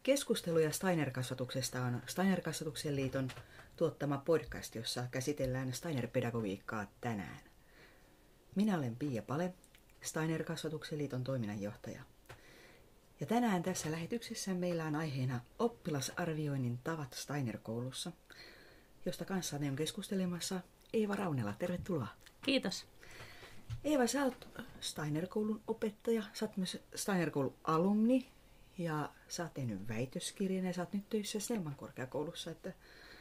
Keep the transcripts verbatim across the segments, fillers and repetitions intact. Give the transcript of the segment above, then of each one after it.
Keskusteluja Steiner-kasvatuksesta on Steiner-kasvatuksen liiton tuottama podcast, jossa käsitellään Steiner-pedagogiikkaa tänään. Minä olen Pia Pale, Steiner-kasvatuksen liiton toiminnanjohtaja. Ja tänään tässä lähetyksessä meillä on aiheena oppilasarvioinnin tavat Steiner-koulussa, josta kanssanne on keskustelemassa Eeva Raunela. Tervetuloa. Kiitos. Eeva, sä oot Steiner-koulun opettaja, sä oot myös Steiner-koulun alumni ja sä oot tehnyt väitöskirjan ja sä oot nyt töissä Snellman korkeakoulussa. Että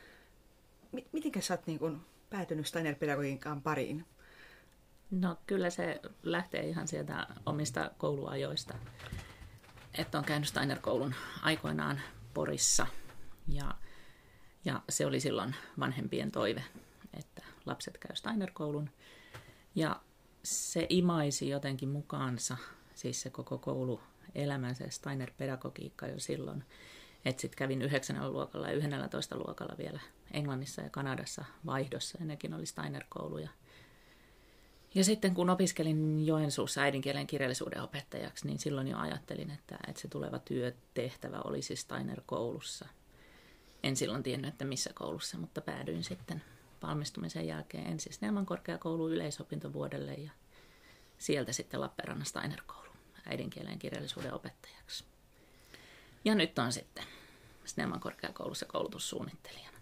mitenkä sä oot niin kun päätynyt Steiner-pedagogiikan pariin? No kyllä se lähtee ihan sieltä omista kouluajoista. Että on käynyt Steiner-koulun aikoinaan Porissa ja, ja se oli silloin vanhempien toive, että lapset käy Steiner-koulun. Ja se imaisi jotenkin mukaansa, siis se koko kouluelämän, se Steiner-pedagogiikka jo silloin. Että sitten kävin yhdeksännellä luokalla ja yhdennellätoista luokalla vielä Englannissa ja Kanadassa vaihdossa, ja nekin oli Steiner-kouluja. Ja sitten kun opiskelin Joensuussa äidinkielen kirjallisuuden opettajaksi, niin silloin jo ajattelin, että, että se tuleva työtehtävä olisi Steiner-koulussa. En silloin tiennyt, että missä koulussa, mutta päädyin sitten valmistumisen jälkeen ensin Snellman korkeakouluun yleisopintovuodelle ja sieltä sitten Lappeenrannan Steiner-kouluun äidinkielen kirjallisuuden opettajaksi. Ja nyt on sitten Snellman korkeakoulussa koulutussuunnittelijana.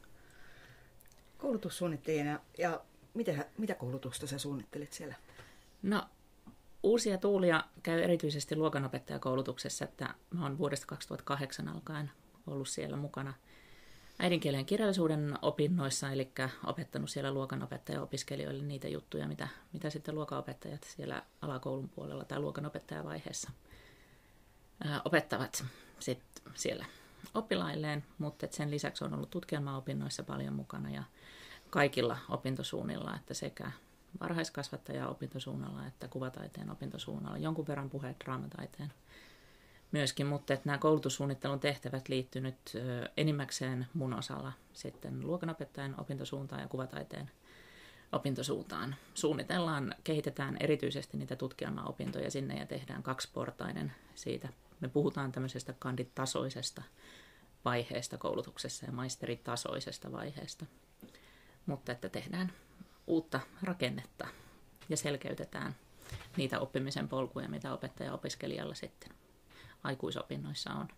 Koulutussuunnittelijana ja mitä, mitä koulutusta sä suunnittelit siellä? No, uusia tuulia käy erityisesti luokanopettajakoulutuksessa, että mä oon vuodesta kaksituhattakahdeksan alkaen ollut siellä mukana äidinkielen kirjallisuuden opinnoissa, eli opettanut siellä luokanopettaja-opiskelijoille niitä juttuja, mitä, mitä sitten luokanopettajat siellä alakoulun puolella tai luokanopettajavaiheessa ää, opettavat sit siellä oppilailleen, mutta sen lisäksi on ollut tutkielmaopinnoissa paljon mukana ja kaikilla opintosuunnilla, että sekä varhaiskasvattaja-opintosuunnalla että kuvataiteen opintosuunnalla, jonkun verran puhe- draamataiteen myöskin, mutta että nämä koulutussuunnittelun tehtävät liittyy nyt enimmäkseen mun osalla sitten luokanopettajan opintosuuntaan ja kuvataiteen opintosuuntaan. Suunnitellaan, kehitetään erityisesti niitä tutkielmaopintoja sinne ja tehdään kaksiportainen siitä. Me puhutaan tämmöisestä kanditasoisesta vaiheesta koulutuksessa ja maisteritasoisesta vaiheesta, mutta että tehdään uutta rakennetta ja selkeytetään niitä oppimisen polkuja, mitä opettaja-opiskelijalla sitten aikuisopinnoissa on.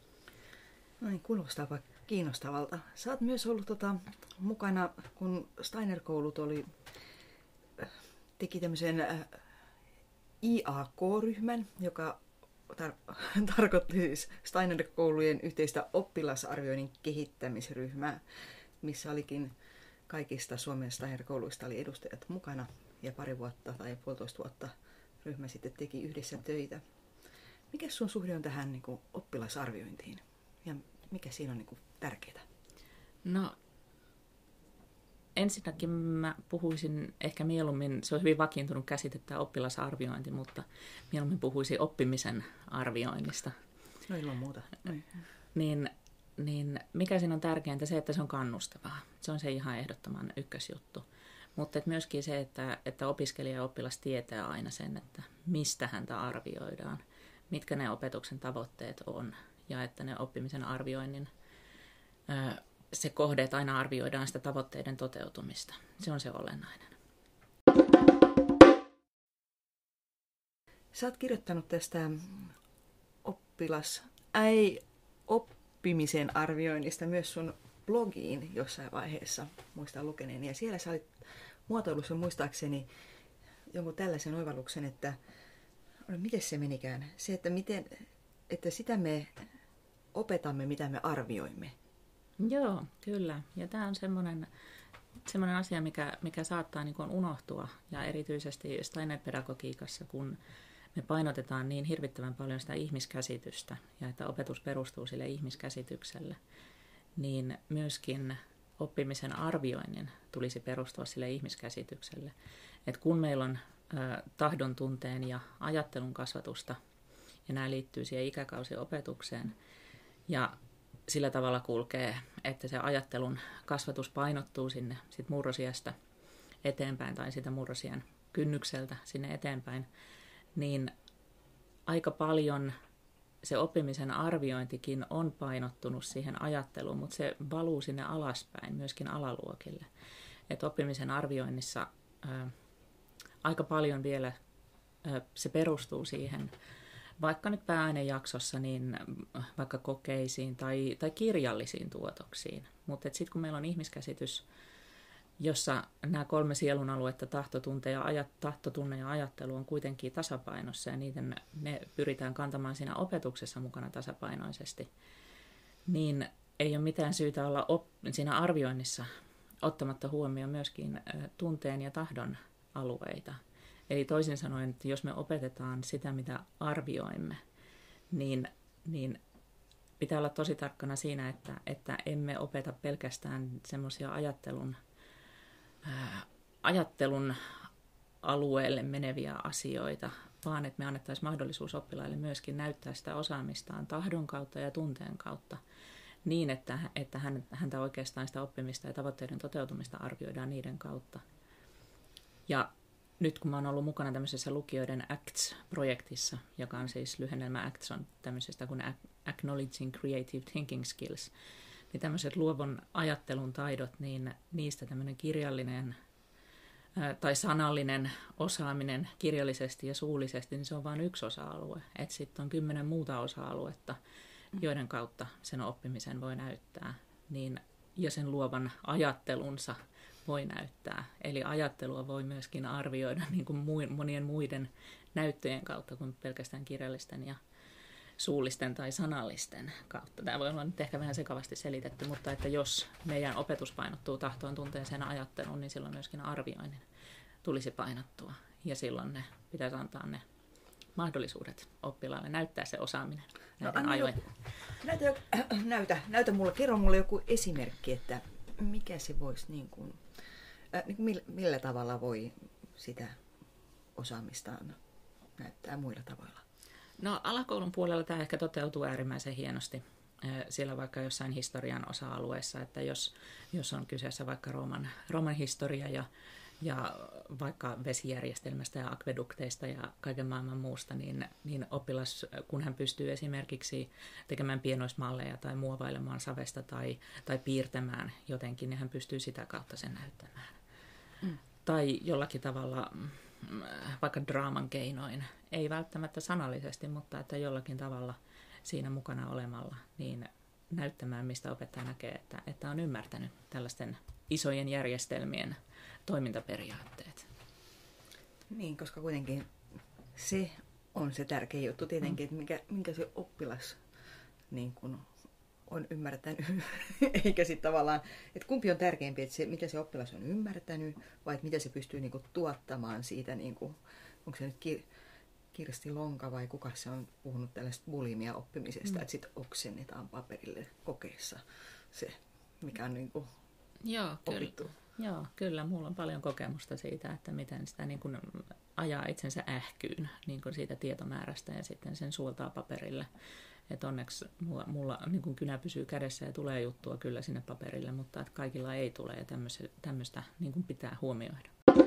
No niin, kuulostaa kiinnostavalta. Sä oot myös ollut tota, mukana, kun Steiner-koulut oli, teki tämmöisen äh, I A K-ryhmän, joka tar- tarkoitti siis Steiner-koulujen yhteistä oppilasarvioinnin kehittämisryhmää, missä olikin kaikista Suomen Steiner-kouluista oli edustajat mukana ja pari vuotta tai puolitoista vuotta ryhmä sitten teki yhdessä töitä. Mikä sun suhde on tähän niin kuin oppilasarviointiin ja mikä siinä on niin kuin tärkeää? No ensinnäkin mä puhuisin ehkä mieluummin, se on hyvin vakiintunut käsite tämä oppilasarviointi, mutta mieluummin puhuisin oppimisen arvioinnista. No ilman muuta. Noin. Niin, niin mikä siinä on tärkeintä? Se, että se on kannustavaa. Se on se ihan ehdottoman ykkösjuttu. Mutta et myöskin se, että, että opiskelija ja oppilas tietää aina sen, että mistä häntä arvioidaan, mitkä ne opetuksen tavoitteet on ja että ne oppimisen arvioinnin se kohde, että aina arvioidaan sitä tavoitteiden toteutumista. Se on se olennainen. Sä oot kirjoittanut tästä oppilas, ei oppimisen arvioinnista myös sun blogiin jossain vaiheessa, muistan lukeneen. Ja siellä sä olit muotoillut sun muistaakseni jonkun tällaisen oivalluksen, että miten se menikään? Se, että, miten, että sitä me opetamme, mitä me arvioimme. Joo, kyllä. Ja tämä on semmoinen, semmoinen asia, mikä, mikä saattaa niin kuin unohtua. Ja erityisesti Steiner-pedagogiikassa, kun me painotetaan niin hirvittävän paljon sitä ihmiskäsitystä ja että opetus perustuu sille ihmiskäsitykselle, niin myöskin oppimisen arvioinnin tulisi perustua sille ihmiskäsitykselle. Et kun meillä on ä, tahdon tunteen ja ajattelun kasvatusta, ja nämä liittyy siihen ikäkausiopetukseen, ja sillä tavalla kulkee, että se ajattelun kasvatus painottuu sinne sit murrosiästä eteenpäin tai sitä murrosien kynnykseltä sinne eteenpäin, niin aika paljon se oppimisen arviointikin on painottunut siihen ajatteluun, mutta se valuu sinne alaspäin, myöskin alaluokille. Et oppimisen arvioinnissa ää, aika paljon vielä ää, se perustuu siihen, vaikka nyt pääainejaksossa, niin vaikka kokeisiin tai, tai kirjallisiin tuotoksiin. Mutta sitten kun meillä on ihmiskäsitys, jossa nämä kolme sielun aluetta, tahtotunne ja, ajat, tahtotunne ja ajattelu on kuitenkin tasapainossa ja niiden ne pyritään kantamaan siinä opetuksessa mukana tasapainoisesti, niin ei ole mitään syytä olla op, siinä arvioinnissa ottamatta huomioon myöskin tunteen ja tahdon alueita. Eli toisin sanoen, että jos me opetetaan sitä, mitä arvioimme, niin, niin pitää olla tosi tarkkana siinä, että, että emme opeta pelkästään semmoisia ajattelun, ää, ajattelun alueelle meneviä asioita, vaan että me annettaisiin mahdollisuus oppilaille myöskin näyttää sitä osaamistaan tahdon kautta ja tunteen kautta niin, että, että hän, häntä oikeastaan sitä oppimista ja tavoitteiden toteutumista arvioidaan niiden kautta. Ja nyt kun mä oon ollut mukana tämmöisessä lukijoiden A C T S-projektissa, joka on siis lyhennelmä A C T S on tämmöisestä kuin Acknowledging Creative Thinking Skills, niin tämmöiset luovon ajattelun taidot, niin niistä tämmöinen kirjallinen ää, tai sanallinen osaaminen kirjallisesti ja suullisesti, niin se on vain yksi osa-alue. Että sitten on kymmenen muuta osa-aluetta, joiden kautta sen oppimisen voi näyttää, niin, ja sen luovan ajattelunsa voi näyttää. Eli ajattelua voi myöskin arvioida niin kuin monien muiden näyttöjen kautta kuin pelkästään kirjallisten ja suullisten tai sanallisten kautta. Tämä voi olla nyt ehkä vähän sekavasti selitetty, mutta että jos meidän opetus painottuu tahtoon, tunteeseen ja ajatteluun, niin silloin myöskin arvioinnin tulisi painottua. Ja silloin ne pitäisi antaa ne mahdollisuudet oppilaille näyttää se osaaminen näiden no, ajoin. Näytä, näytä, näytä mulle, kerro mulle joku esimerkki, että mikä se voisi, niin kuin, äh, millä, millä tavalla voi sitä osaamistaan näyttää muilla tavoilla? No alakoulun puolella tämä ehkä toteutuu äärimmäisen hienosti. Siellä vaikka jossain historian osa-alueessa, että jos, jos on kyseessä vaikka Rooman, Rooman historia ja, ja vaikka vesijärjestelmästä ja akvedukteista ja kaiken maailman muusta, niin, niin oppilas, kun hän pystyy esimerkiksi tekemään pienoismalleja tai muovailemaan savesta tai, tai piirtämään jotenkin, niin hän pystyy sitä kautta sen näyttämään. Mm. Tai jollakin tavalla vaikka draaman keinoin, ei välttämättä sanallisesti, mutta että jollakin tavalla siinä mukana olemalla, niin näyttämään, mistä opettaja näkee, että, että on ymmärtänyt tällaisten isojen järjestelmien toimintaperiaatteet. Niin, koska kuitenkin se on se tärkeä juttu tietenkin, että minkä, minkä se oppilas niin kun on ymmärtänyt, eikä sitten tavallaan, että kumpi on tärkeämpi, että se, mitä se oppilas on ymmärtänyt, vai että mitä se pystyy niin kuin tuottamaan siitä, niin kuin, onko se nyt Kir- Kirsti Lonka vai kuka se on puhunut tällaista bulimia oppimisesta, mm. että sitten oksennetaan paperille kokeessa se, mikä on niin kuin Joo, opittu. Kyllä. Joo, kyllä. Mulla on paljon kokemusta siitä, että miten sitä niin kuin ajaa itsensä ähkyyn niin kuin siitä tietomäärästä ja sitten sen suoltaa paperille. Että onneksi mulla, mulla niin kuin kynä pysyy kädessä ja tulee juttua kyllä sinne paperille, mutta että kaikilla ei tule ja tämmöistä niin kuin pitää huomioida.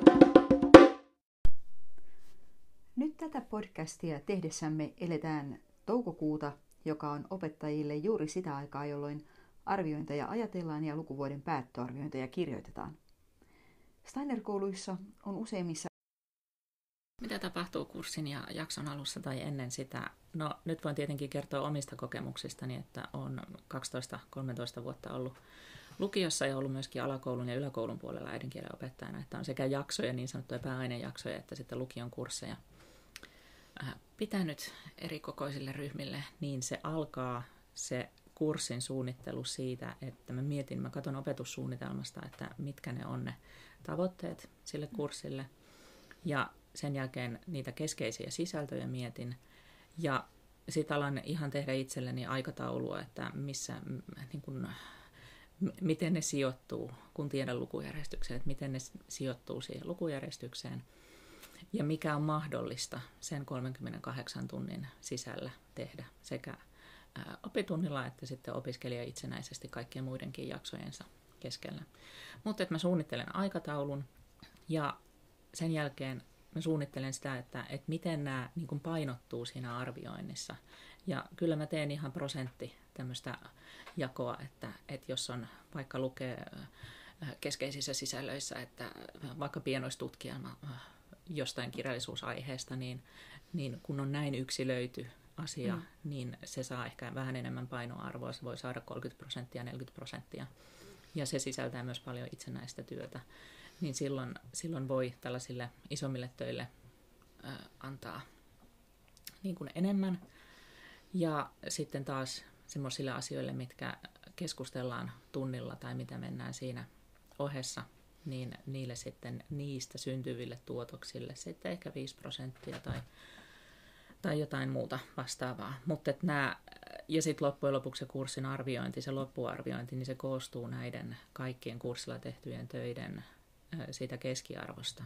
Nyt tätä podcastia tehdessämme eletään toukokuuta, joka on opettajille juuri sitä aikaa, jolloin arviointeja ajatellaan ja lukuvuoden päättöarviointeja kirjoitetaan. Steiner-kouluissa on useimmissa... Mitä tapahtuu kurssin ja jakson alussa tai ennen sitä? No nyt voin tietenkin kertoa omista kokemuksistani, että olen kaksitoista kolmetoista vuotta ollut lukiossa ja ollut myöskin alakoulun ja yläkoulun puolella äidinkielen opettajana, että on sekä jaksoja, niin sanottuja pääainejaksoja, että sitten lukion kursseja pitänyt eri kokoisille ryhmille, niin se alkaa se kurssin suunnittelu siitä, että mä mietin, mä katson opetussuunnitelmasta, että mitkä ne on ne tavoitteet sille kurssille ja sen jälkeen niitä keskeisiä sisältöjä mietin ja sitten alan ihan tehdä itselleni aikataulua, että missä, niin kun, miten ne sijoittuu, kun tiedän lukujärjestykseen, että miten ne sijoittuu siihen lukujärjestykseen ja mikä on mahdollista sen kolmenkymmenenkahdeksan tunnin sisällä tehdä sekä opitunnilla että sitten opiskelija itsenäisesti kaikkien muidenkin jaksojensa keskellä. Mutta että mä suunnittelen aikataulun ja sen jälkeen mä suunnittelen sitä, että, että miten nämä niin kuin painottuu siinä arvioinnissa. Ja kyllä mä teen ihan prosentti tämmöistä jakoa, että, että jos on vaikka lukee keskeisissä sisällöissä, että vaikka pienoistutkielma jostain kirjallisuusaiheesta, niin, niin kun on näin yksilöity asia, mm. niin se saa ehkä vähän enemmän painoarvoa. Se voi saada kolmekymmentä prosenttia, neljäkymmentä prosenttia. Ja se sisältää myös paljon itsenäistä työtä. Niin silloin, silloin voi tällaisille isommille töille ö, antaa niin kuin enemmän. Ja sitten taas semmoisille asioille, mitkä keskustellaan tunnilla tai mitä mennään siinä ohessa, niin niille sitten niistä syntyville tuotoksille sitten ehkä viisi prosenttia tai, tai jotain muuta vastaavaa. Mutta nämä, ja sitten loppujen lopuksi se kurssin arviointi, se loppuarviointi, niin se koostuu näiden kaikkien kurssilla tehtyjen töiden siitä keskiarvosta.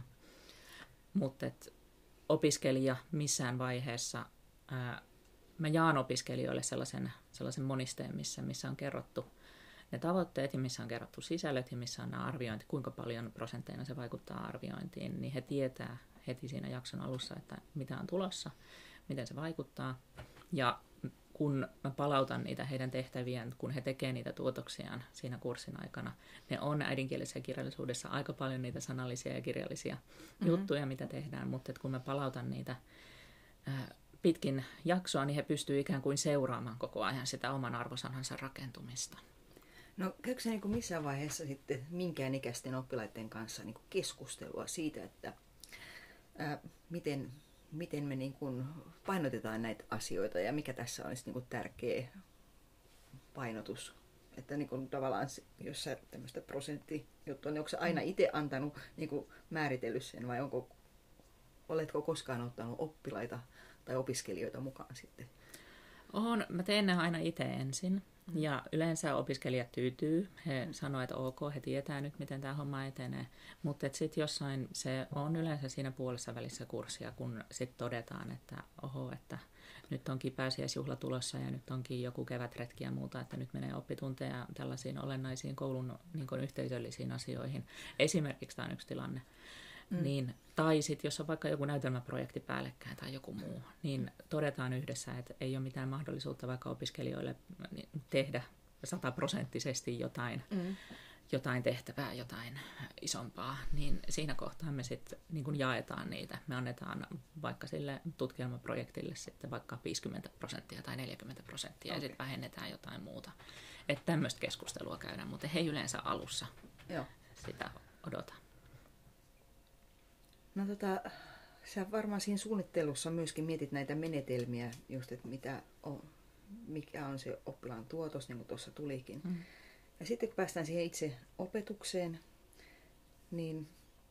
Mutta opiskelija missään vaiheessa, ää, mä jaan opiskelijoille sellaisen, sellaisen monisteen, missä, missä on kerrottu ne tavoitteet ja missä on kerrottu sisällöt ja missä on nämä arviointi, kuinka paljon prosentteina se vaikuttaa arviointiin, niin he tietää heti siinä jakson alussa, että mitä on tulossa, miten se vaikuttaa. Ja kun mä palautan niitä heidän tehtäviään, kun he tekevät niitä tuotoksiaan siinä kurssin aikana, ne on äidinkielisessä kirjallisuudessa aika paljon niitä sanallisia ja kirjallisia mm-hmm. juttuja, mitä tehdään, mutta kun mä palautan niitä ää, pitkin jaksoa, niin he pystyvät ikään kuin seuraamaan koko ajan sitä oman arvosanansa rakentumista. No käykö se niin kuin missään vaiheessa sitten minkään ikäisten oppilaiden kanssa niin kuin keskustelua siitä, että ää, miten, miten me niin kuin painotetaan näitä asioita ja mikä tässä olisi niin kuin tärkeä painotus? Että niin kuin tavallaan, jos sä tämmöistä prosenttijuttua, niin onko sä aina itse antanut, niin kuin määritellyt sen vai onko, oletko koskaan ottanut oppilaita tai opiskelijoita mukaan sitten? Oon, mä teen ne aina itse ensin. Ja yleensä opiskelijat tyytyy. He sanoo, että ok, he tietää nyt, miten tämä homma etenee. Mutta sitten jossain se on yleensä siinä puolessa välissä kurssia, kun sitten todetaan, että oho, että nyt onkin pääsiäisjuhla tulossa ja nyt onkin joku kevätretki ja muuta, että nyt menee oppitunteja tällaisiin olennaisiin koulun niin kuin yhteisöllisiin asioihin. Esimerkiksi tämä on yksi tilanne. Mm. Niin, tai sitten jos on vaikka joku näytelmäprojekti päällekkäin tai joku muu, niin todetaan yhdessä, että ei ole mitään mahdollisuutta vaikka opiskelijoille tehdä sataprosenttisesti jotain, mm. jotain tehtävää, jotain isompaa, niin siinä kohtaa me sitten niin kun jaetaan niitä. Me annetaan vaikka sille tutkielmaprojektille sitten vaikka viisikymmentä prosenttia tai neljäkymmentä prosenttia okay. ja sitten vähennetään jotain muuta. Että tämmöistä keskustelua käydään, mutta he yleensä alussa Joo. sitä odota. No tota, sä varmaan siinä suunnittelussa myöskin mietit näitä menetelmiä, just että mitä on, mikä on se oppilaan tuotos, niin kuin tuossa tulikin. Mm. Ja sitten kun päästään siihen itse opetukseen, niin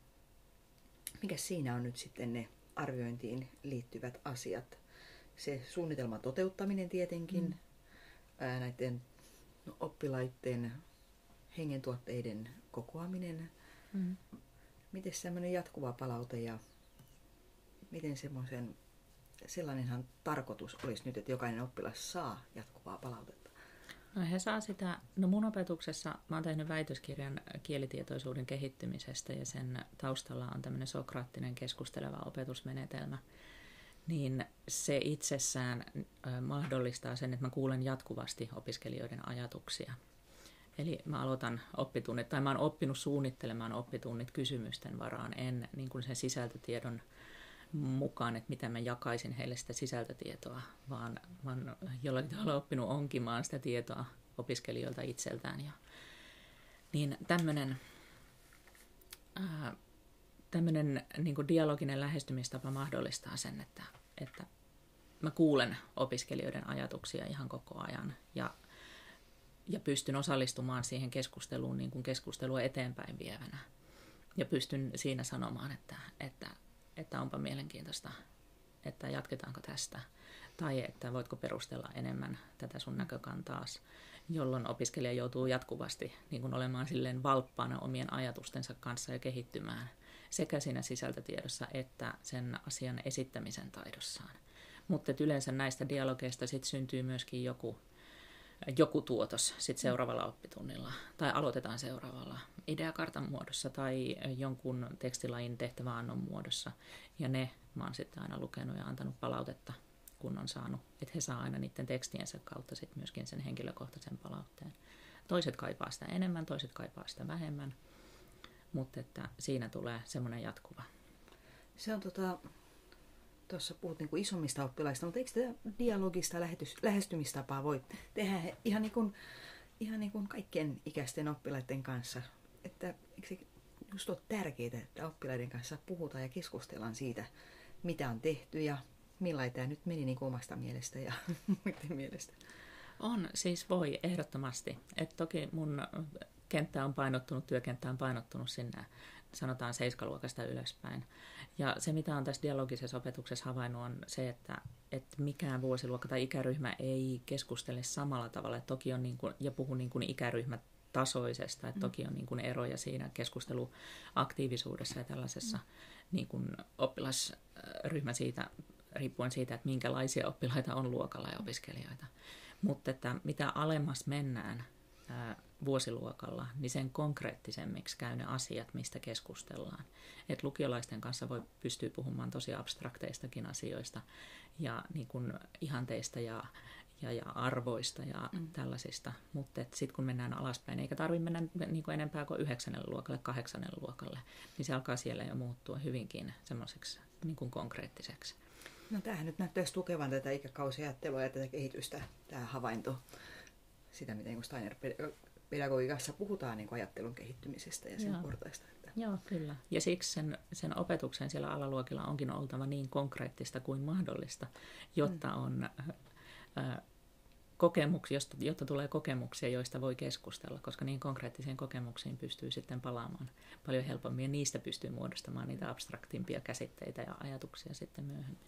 mikä siinä on nyt sitten ne arviointiin liittyvät asiat? Se suunnitelman toteuttaminen tietenkin, mm. ää, näiden oppilaiden hengentuotteiden kokoaminen, mm. miten semmoinen jatkuva palaute ja miten semmoisen, sellainenhan tarkoitus olisi nyt, että jokainen oppilas saa jatkuvaa palautetta? No he saa sitä, no mun opetuksessa mä oon tehnyt väitöskirjan kielitietoisuuden kehittymisestä ja sen taustalla on tämmöinen sokraattinen keskusteleva opetusmenetelmä. Niin se itsessään mahdollistaa sen, että mä kuulen jatkuvasti opiskelijoiden ajatuksia. Eli mä aloitan oppitunnit, tai mä oon oppinut suunnittelemaan oppitunnit kysymysten varaan, en niin kuin sen sisältötiedon mukaan, että mitä mä jakaisin heille sitä sisältötietoa, vaan, vaan jollakin tavalla oppinut onkimaan sitä tietoa opiskelijoilta itseltään. Ja, niin tämmöinen ää, tämmöinen niin kuin dialoginen lähestymistapa mahdollistaa sen, että, että mä kuulen opiskelijoiden ajatuksia ihan koko ajan ja ja pystyn osallistumaan siihen keskusteluun niin kuin keskustelua eteenpäin vievänä. Ja pystyn siinä sanomaan, että, että, että onpa mielenkiintoista, että jatketaanko tästä. Tai että voitko perustella enemmän tätä sun näkökantaas, jolloin opiskelija joutuu jatkuvasti niin kuin olemaan silleen valppaana omien ajatustensa kanssa ja kehittymään sekä siinä sisältötiedossa että sen asian esittämisen taidossaan. Mutta yleensä näistä dialogeista sit syntyy myöskin joku joku tuotos sit seuraavalla oppitunnilla, tai aloitetaan seuraavalla ideakartan muodossa tai jonkun tekstilajin tehtäväannon muodossa. Ja ne mä oon sitten aina lukenut ja antanut palautetta kun on saanut, että he saa aina niiden tekstiensä kautta sit myöskin sen henkilökohtaisen palautteen. Toiset kaipaa sitä enemmän, toiset kaipaa sitä vähemmän, mutta että siinä tulee semmoinen jatkuva. Se on tota, tuossa puhut niinku isommista oppilaista, mutta eikö tätä dialogista lähetys, lähestymistapaa voi tehdä ihan, niin kuin, ihan niin kuin kaikkien ikäisten oppilaiden kanssa? Että eikö se just ole tärkeää, että oppilaiden kanssa puhutaan ja keskustellaan siitä, mitä on tehty ja millainen tämä nyt meni niin kuin omasta mielestä ja muiden mielestä? On, siis voi ehdottomasti. Et toki mun kenttä on painottunut, työkenttä on painottunut sinne, sanotaan seiskaluokasta ylöspäin. Ja se, mitä on tässä dialogisessa opetuksessa havainnut, on se, että, että mikään vuosiluokka tai ikäryhmä ei keskustele samalla tavalla. Et toki on niin kuin, ja puhu niin kuin ikäryhmätasoisesta, että toki on niin kuin eroja siinä keskusteluaktiivisuudessa ja tällaisessa niin kuin oppilasryhmä siitä, riippuen siitä, että minkälaisia oppilaita on luokalla ja opiskelijoita. Mutta että mitä alemmas mennään ää, vuosiluokalla, niin sen konkreettisemmiksi käy ne asiat, mistä keskustellaan. Et lukiolaisten kanssa voi pystyä puhumaan tosi abstrakteistakin asioista ja niin kuin ihanteista ja, ja, ja arvoista ja mm. tällaisista. Mutta sitten kun mennään alaspäin, eikä tarvitse mennä niin kuin enempää kuin yhdeksännelle luokalle, kahdeksannelle luokalle, niin se alkaa siellä jo muuttua hyvinkin semmoiseksi niin kuin konkreettiseksi. No tämähän nyt näyttäisi tukevan tätä ikäkausiajattelua ja tätä kehitystä, tämä havainto, sitä miten niin Steiner-pedagogiikassa puhutaan niin ajattelun kehittymisestä ja sen portaista. Että... Joo, kyllä. Ja siksi sen, sen opetuksen siellä alaluokilla onkin oltava niin konkreettista kuin mahdollista, jotta on äh, kokemuksia, josta, jotta tulee kokemuksia, joista voi keskustella, koska niin konkreettisiin kokemuksiin pystyy sitten palaamaan paljon helpommin ja niistä pystyy muodostamaan niitä abstraktimpia käsitteitä ja ajatuksia sitten myöhemmin.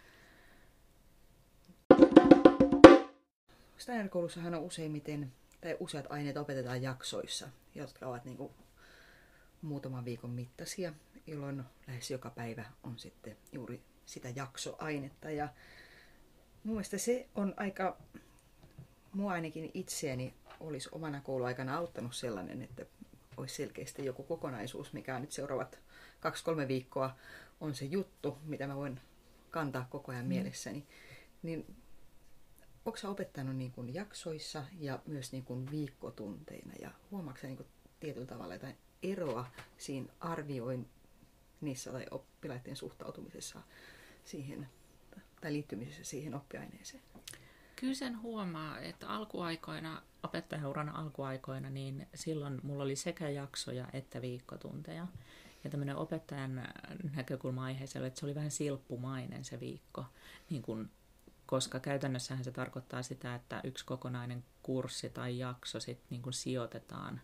Steiner-koulussahan on useimmiten, tai useat aineet opetetaan jaksoissa, jotka ovat niin kuin muutaman viikon mittaisia, jolloin lähes joka päivä on sitten juuri sitä jaksoainetta. Ja mun mielestä se on aika, mua ainakin itseäni olisi omana kouluaikana auttanut sellainen, että olisi selkeästi joku kokonaisuus, mikä on nyt seuraavat kaksi-kolme viikkoa on se juttu, mitä mä voin kantaa koko ajan mm. mielessäni. Niin onko sä opettanut niin kuin jaksoissa ja myös niin kuin viikkotunteina ja huomaatko sä niin kuin tietyllä tavalla jotain eroa siinä arvioinnissa tai oppilaiden suhtautumisessa siihen tai liittymisessä siihen oppiaineeseen? Kyllä sen huomaa, että alkuaikoina, opettajaurana alkuaikoina, niin silloin mulla oli sekä jaksoja että viikkotunteja. Ja tämmöinen opettajan näkökulma aiheeseen, että se oli vähän silppumainen se viikko, niin kun, koska käytännössähän se tarkoittaa sitä, että yksi kokonainen kurssi tai jakso sit niin kun sijoitetaan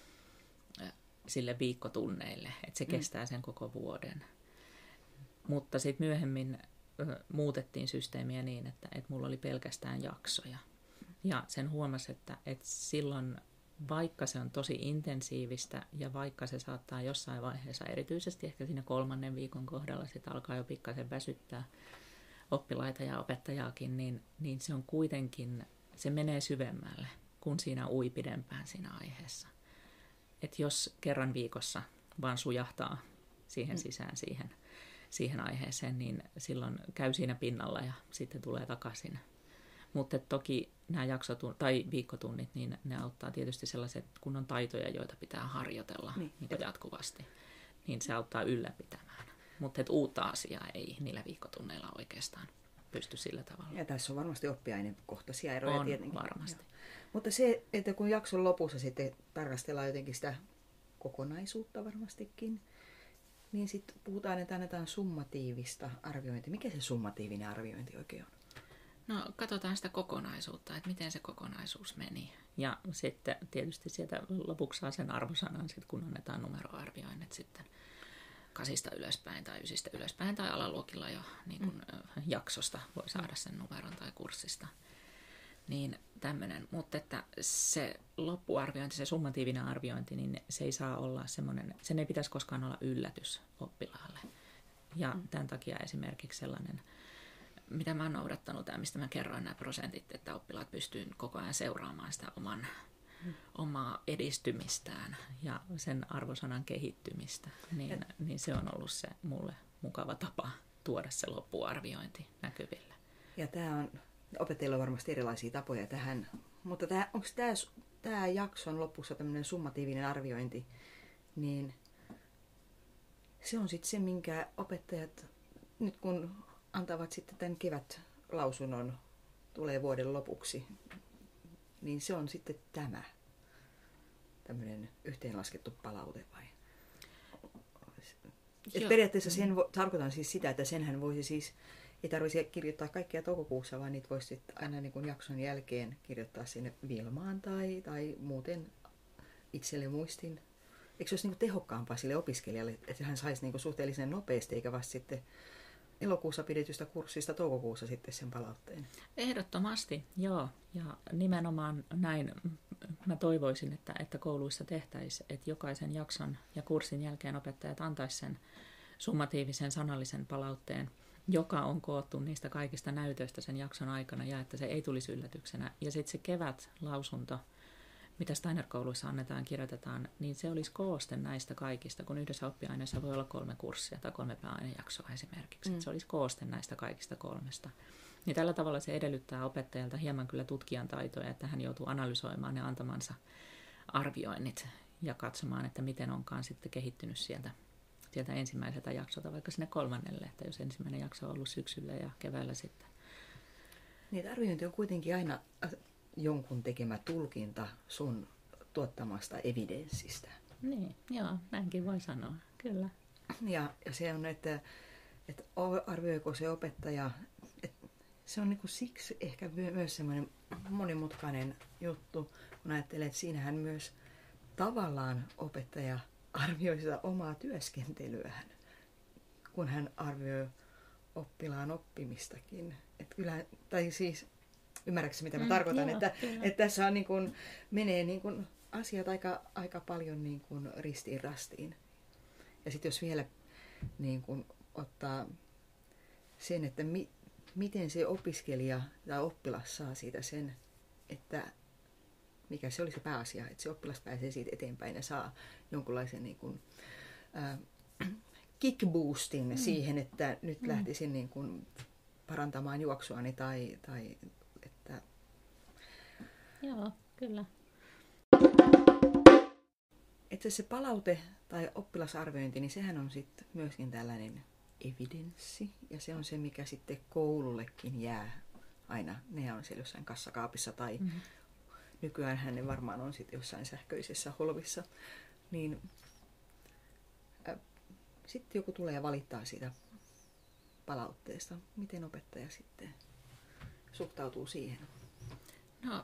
sille viikkotunneille, että se kestää sen koko vuoden. Mutta sitten myöhemmin muutettiin systeemiä niin, että, että mulla oli pelkästään jaksoja. Ja sen huomasi, että, että silloin, vaikka se on tosi intensiivistä ja vaikka se saattaa jossain vaiheessa, erityisesti ehkä siinä kolmannen viikon kohdalla, sitä alkaa jo pikkasen väsyttää oppilaita ja opettajaakin, niin, niin se on kuitenkin, se menee syvemmälle, kun siinä ui pidempään siinä aiheessa. Että jos kerran viikossa vaan sujahtaa siihen sisään, siihen siihen aiheeseen, niin silloin käy siinä pinnalla ja sitten tulee takaisin. Mutta toki nämä jaksotunnit tai viikkotunnit, niin ne auttaa tietysti sellaiset kunnon taitoja, joita pitää harjoitella niin. Niin jatkuvasti. Niin se auttaa ylläpitämään. Mutta uutta asiaa ei niillä viikkotunneilla oikeastaan pysty sillä tavalla. Ja tässä on varmasti oppiainekohtaisia eroja on tietenkin. varmasti. Ja. Mutta se, että kun jakson lopussa sitten tarkastellaan jotenkin sitä kokonaisuutta varmastikin, niin sitten puhutaan, että annetaan summatiivista arviointia. Mikä se summatiivinen arviointi oikein on? No katsotaan sitä kokonaisuutta, että miten se kokonaisuus meni. Ja sitten tietysti sieltä lopuksi saa sen arvosanan, sit kun annetaan numeroarvioinnit sitten kasista ylöspäin tai ysistä ylöspäin tai alaluokilla jo niin kun mm. jaksosta voi saada sen numeron tai kurssista. Niin tämmöinen, mutta että se loppuarviointi, se summatiivinen arviointi, niin se ei saa olla semmoinen, sen ei pitäisi koskaan olla yllätys oppilaalle. Ja mm. tämän takia esimerkiksi sellainen, mitä mä oon noudattanut ja mistä mä kerroin nämä prosentit, että oppilaat pystyy koko ajan seuraamaan sitä oman, mm. omaa edistymistään ja sen arvosanan kehittymistä, niin, niin se on ollut se mulle mukava tapa tuoda se loppuarviointi näkyville. Ja tämä on, opettajilla on varmasti erilaisia tapoja tähän, mutta tämä, onko tämä, tämä jakson lopussa tämmöinen summatiivinen arviointi, niin se on sitten se, minkä opettajat, nyt kun antavat sitten tämän kevätlausunnon, tulee vuoden lopuksi, niin se on sitten tämä tämmöinen yhteenlaskettu palaute vai? Et periaatteessa sen vo, tarkoitan siis sitä, että senhän voisi siis, ei tarvitsisi kirjoittaa kaikkia toukokuussa, vaan niitä voisi sitten aina niin kuin jakson jälkeen kirjoittaa sinne Vilmaan tai, tai muuten itselle muistin. Eikö se olisi niin kuin tehokkaampaa sille opiskelijalle, että hän saisi niin kuin suhteellisen nopeasti, eikä vasta sitten elokuussa pidetystä kurssista toukokuussa sitten sen palautteen? Ehdottomasti, joo. Ja nimenomaan näin mä toivoisin, että, että kouluissa tehtäisiin, että jokaisen jakson ja kurssin jälkeen opettajat antaisi sen summatiivisen sanallisen palautteen, joka on koottu niistä kaikista näytöistä sen jakson aikana ja että se ei tulisi yllätyksenä. Ja sitten se kevätlausunto, mitä Steiner-kouluissa annetaan, kirjoitetaan, niin se olisi kooste näistä kaikista, kun yhdessä oppiaineessa voi olla kolme kurssia tai kolme pääainejaksoa esimerkiksi. Mm. Se olisi kooste näistä kaikista kolmesta. Niin tällä tavalla se edellyttää opettajalta hieman kyllä tutkijan taitoja, että hän joutuu analysoimaan ne antamansa arvioinnit ja katsomaan, että miten onkaan sitten kehittynyt sieltä, sieltä ensimmäiseltä jaksolta vaikka sinne kolmannelle, että jos ensimmäinen jakso on ollut syksyllä ja keväällä sitten. Niin, arviointi on kuitenkin aina jonkun tekemä tulkinta sun tuottamasta evidenssistä. Niin, joo, näinkin voi sanoa, kyllä. Ja, ja se on, että, että arvioiko se opettaja, että se on niin kuin siksi ehkä myös semmoinen monimutkainen juttu, kun ajattelee, että siinähän myös tavallaan opettaja arvioi sitä omaa työskentelyään, kun hän arvioi oppilaan oppimistakin. Että kyllä, tai siis, ymmärrätkö mitä mä mm, tarkoitan, joo, että, että tässä on niin kuin, menee niin kuin asiat aika, aika paljon niin kuin ristiin rastiin. Ja sitten jos vielä niin kuin ottaa sen, että mi, miten se opiskelija tai oppilas saa siitä sen, että mikä se oli se pääasia, että se oppilas pääsee siitä eteenpäin ja saa jonkunlaisen niin kuin, äh, kickboostin mm. siihen, että nyt mm. lähtisin niin kuin parantamaan juoksuani tai, tai että... Joo, kyllä. Että se palaute tai oppilasarviointi, niin sehän on sitten myöskin tällainen evidenssi, ja se on se, mikä sitten koulullekin jää aina. Ne on siellä jossain kassakaapissa tai mm-hmm. nykyäänhän ne varmaan on sitten jossain sähköisessä holvissa. Niin äh, sitten joku tulee ja valittaa siitä palautteesta. Miten opettaja sitten suhtautuu siihen? No,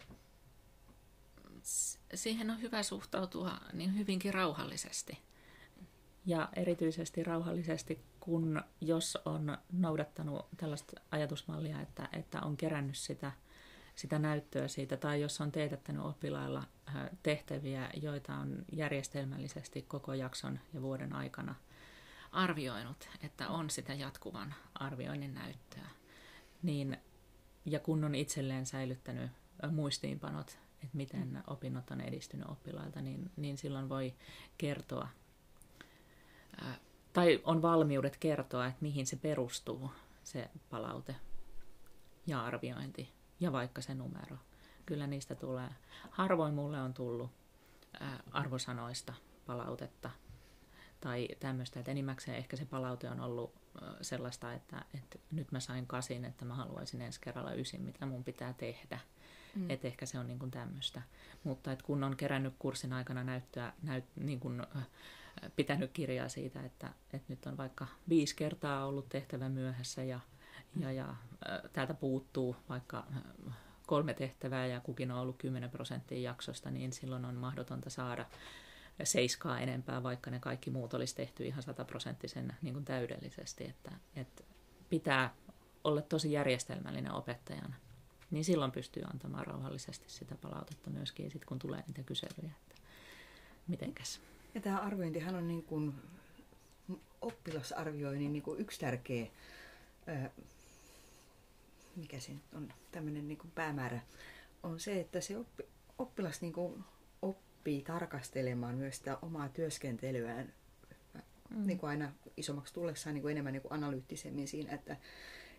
siihen on hyvä suhtautua niin hyvinkin rauhallisesti. Ja erityisesti rauhallisesti, kun jos on noudattanut tällaista ajatusmallia, että, että on kerännyt sitä, sitä näyttöä siitä, tai jos on teetättänyt oppilailla tehtäviä, joita on järjestelmällisesti koko jakson ja vuoden aikana arvioinut, että on sitä jatkuvan arvioinnin näyttöä, niin, ja kun on itselleen säilyttänyt muistiinpanot, että miten opinnot on edistynyt oppilailta, niin, niin silloin voi kertoa, ää, tai on valmiudet kertoa, että mihin se perustuu, se palaute ja arviointi ja vaikka se numero. Kyllä niistä tulee. Harvoin mulle on tullut ää, arvosanoista palautetta tai tämmöistä, että enimmäkseen ehkä se palaute on ollut ää, sellaista, että, että nyt mä sain kasin, että mä haluaisin ensi kerralla ysin, mitä mun pitää tehdä. Mm. Että ehkä se on niin kuin tämmöistä. Mutta että kun on kerännyt kurssin aikana näyttöä, näyt, niin kuin, äh, pitänyt kirjaa siitä, että, että nyt on vaikka viisi kertaa ollut tehtävä myöhässä ja, mm. ja, ja äh, täältä puuttuu vaikka äh, kolme tehtävää ja kukin on ollut kymmenen prosenttia jaksosta, niin silloin on mahdotonta saada seiskaa enempää, vaikka ne kaikki muut olisi tehty ihan sataprosenttisen niin kuin täydellisesti. Että, että pitää olla tosi järjestelmällinen opettajana. Niin silloin pystyy antamaan rauhallisesti sitä palautetta myöskin, sit kun tulee niitä kyselyjä, että mitenkäs. Ja tämä arviointihan on niin kuin oppilasarvioinnin niin kuin yksi tärkeä, ää, mikä se on tämmöinen niin kuin päämäärä, on se, että se oppi, oppilas niin kuin oppii tarkastelemaan myös sitä omaa työskentelyään mm. niin kuin aina isommaksi tullessaan niin kuin enemmän niin kuin analyyttisemmin siinä, että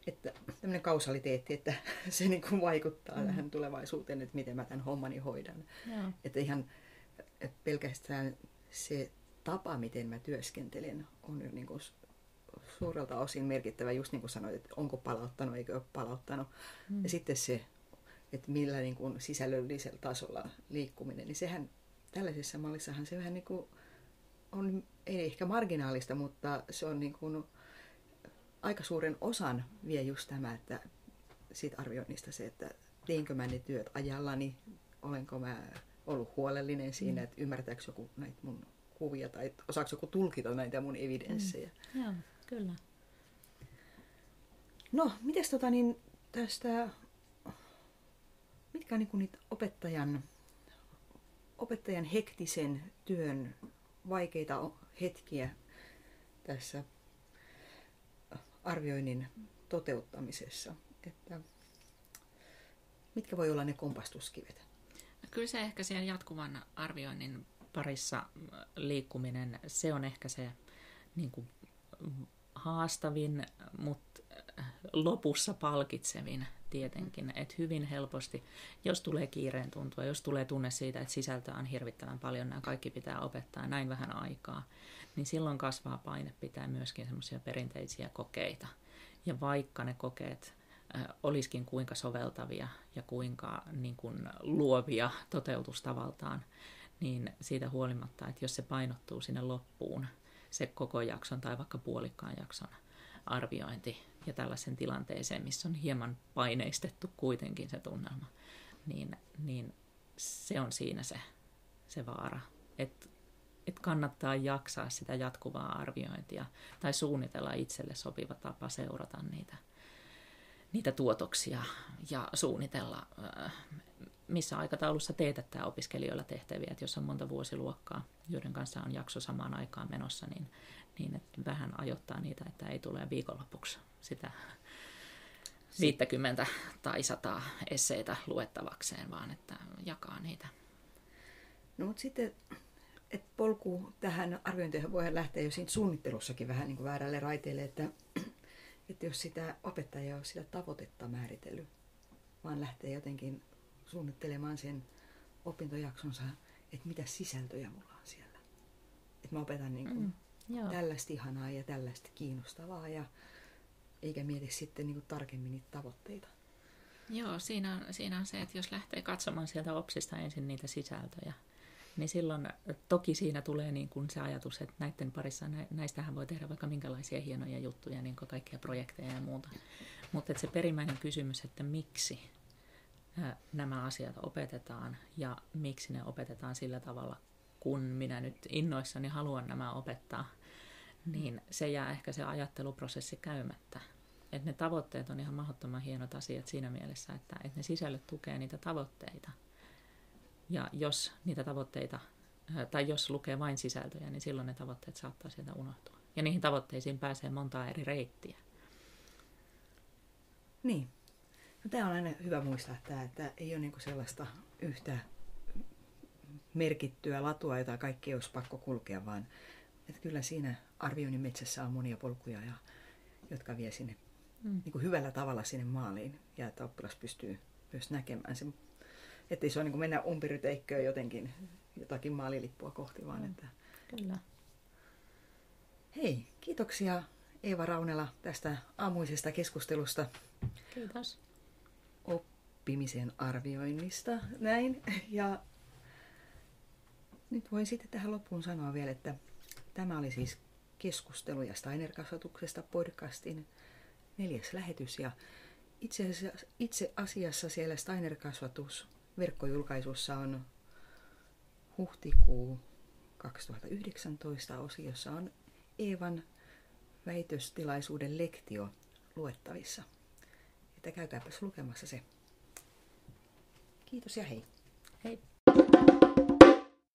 että tämmöinen kausaliteetti, että se niin kuin vaikuttaa Mm. tähän tulevaisuuteen, että miten mä tämän hommani hoidan. Joo. Että ihan että pelkästään se tapa, miten mä työskentelen, on jo niin kuin suurelta osin merkittävä, just niin kuin sanoit, että onko palauttanut, eikö ole palauttanut. Mm. Ja sitten se, että millä niin kuin sisällöllisellä tasolla liikkuminen, niin sehän tällaisessa mallissahan se vähän niin kuin on, ei ehkä marginaalista, mutta se on niin kuin aika suuren osan vie just tämä, että siitä arvioinnista se, että teinkö mä ne työt ajallani, olenko mä ollut huolellinen siinä, Mm. että ymmärtääkö joku näitä mun kuvia tai osaako joku tulkita näitä mun evidenssejä. Mm. Joo, kyllä. No, mites tota niin tästä, mitkä on niin kuin niitä opettajan, opettajan hektisen työn vaikeita hetkiä tässä arvioinnin toteuttamisessa, että mitkä voi olla ne kompastuskivet? No kyllä se ehkä siellä jatkuvan arvioinnin parissa liikkuminen, se on ehkä se niin kuin, haastavin, mutta lopussa palkitsevin tietenkin. Että hyvin helposti, jos tulee kiireen tuntua, jos tulee tunne siitä, että sisältöä on hirvittävän paljon, nämä kaikki pitää opettaa näin vähän aikaa, niin silloin kasvaa paine pitää myöskin semmoisia perinteisiä kokeita. Ja vaikka ne kokeet äh, olisikin kuinka soveltavia ja kuinka niin kuin, luovia toteutustavaltaan, niin siitä huolimatta, että jos se painottuu sinne loppuun, se koko jakson tai vaikka puolikkaan jakson arviointi ja tällaisen tilanteeseen, missä on hieman paineistettu kuitenkin se tunnelma, niin, niin se on siinä se, se vaara, että et kannattaa jaksaa sitä jatkuvaa arviointia tai suunnitella itselle sopiva tapa seurata niitä, niitä tuotoksia ja suunnitella, missä aikataulussa teetättää opiskelijoilla tehtäviä, että jos on monta vuosiluokkaa, joiden kanssa on jakso samaan aikaan menossa, niin, niin että vähän ajoittaa niitä, että ei tule viikonlopuksi sitä viittäkymmentä tai sataa esseitä luettavakseen, vaan että jakaa niitä. No mutta sitten, että polku tähän arviointiin voi lähteä jo siinä suunnittelussakin vähän niin kuin väärälle raiteelle, että, että jos sitä opettaja ei ole sitä tavoitetta määritellyt, vaan lähtee jotenkin suunnittelemaan sen opintojaksonsa, että mitä sisältöjä mulla on siellä. Että mä opetan niin kuin Mm, tällaista ihanaa ja tällaista kiinnostavaa, ja eikä mieti sitten niin kuin tarkemmin niitä tavoitteita. Joo, siinä on, siinä on se, että jos lähtee katsomaan sieltä opsista ensin niitä sisältöjä, niin silloin toki siinä tulee niin kuin se ajatus, että näiden parissa, näistähän voi tehdä vaikka minkälaisia hienoja juttuja, niin kuin kaikkia projekteja ja muuta. Mutta se perimmäinen kysymys, että miksi nämä asiat opetetaan ja miksi ne opetetaan sillä tavalla, kun minä nyt innoissani haluan nämä opettaa, niin se jää ehkä se ajatteluprosessi käymättä. Että ne tavoitteet on ihan mahdottoman hienot asiat siinä mielessä, että, että ne sisällöt tukee niitä tavoitteita. Ja jos niitä tavoitteita, tai jos lukee vain sisältöjä, niin silloin ne tavoitteet saattaa sieltä unohtua. Ja niihin tavoitteisiin pääsee montaa eri reittiä. Niin. No, tämä on aina hyvä muistaa, että, että ei ole niinku sellaista yhtä merkittyä latua, jota kaikki olisi pakko kulkea, vaan että kyllä siinä arvioinnin metsässä on monia polkuja, ja, jotka vie sinne mm. niin kuin hyvällä tavalla sinne maaliin, ja että oppilas pystyy myös näkemään sen. Että ei se ole niin kuin mennä umpiryteikköön jotenkin jotakin maalilippua kohti, vaan mm. että... Kyllä. Hei, kiitoksia Eeva Raunela tästä aamuisesta keskustelusta. Kiitos. Oppimisen arvioinnista, näin. Ja nyt voin sitten tähän loppuun sanoa vielä, että tämä oli siis Keskusteluja Steiner-kasvatuksesta podcastin neljäs lähetys. Ja itse asiassa, itse asiassa siellä Steiner-kasvatus verkkojulkaisussa on huhtikuu kaksituhattayhdeksäntoista osiossa on Eevan väitöstilaisuuden lektio luettavissa. Että käykääpäs lukemassa se. Kiitos ja hei. Hei.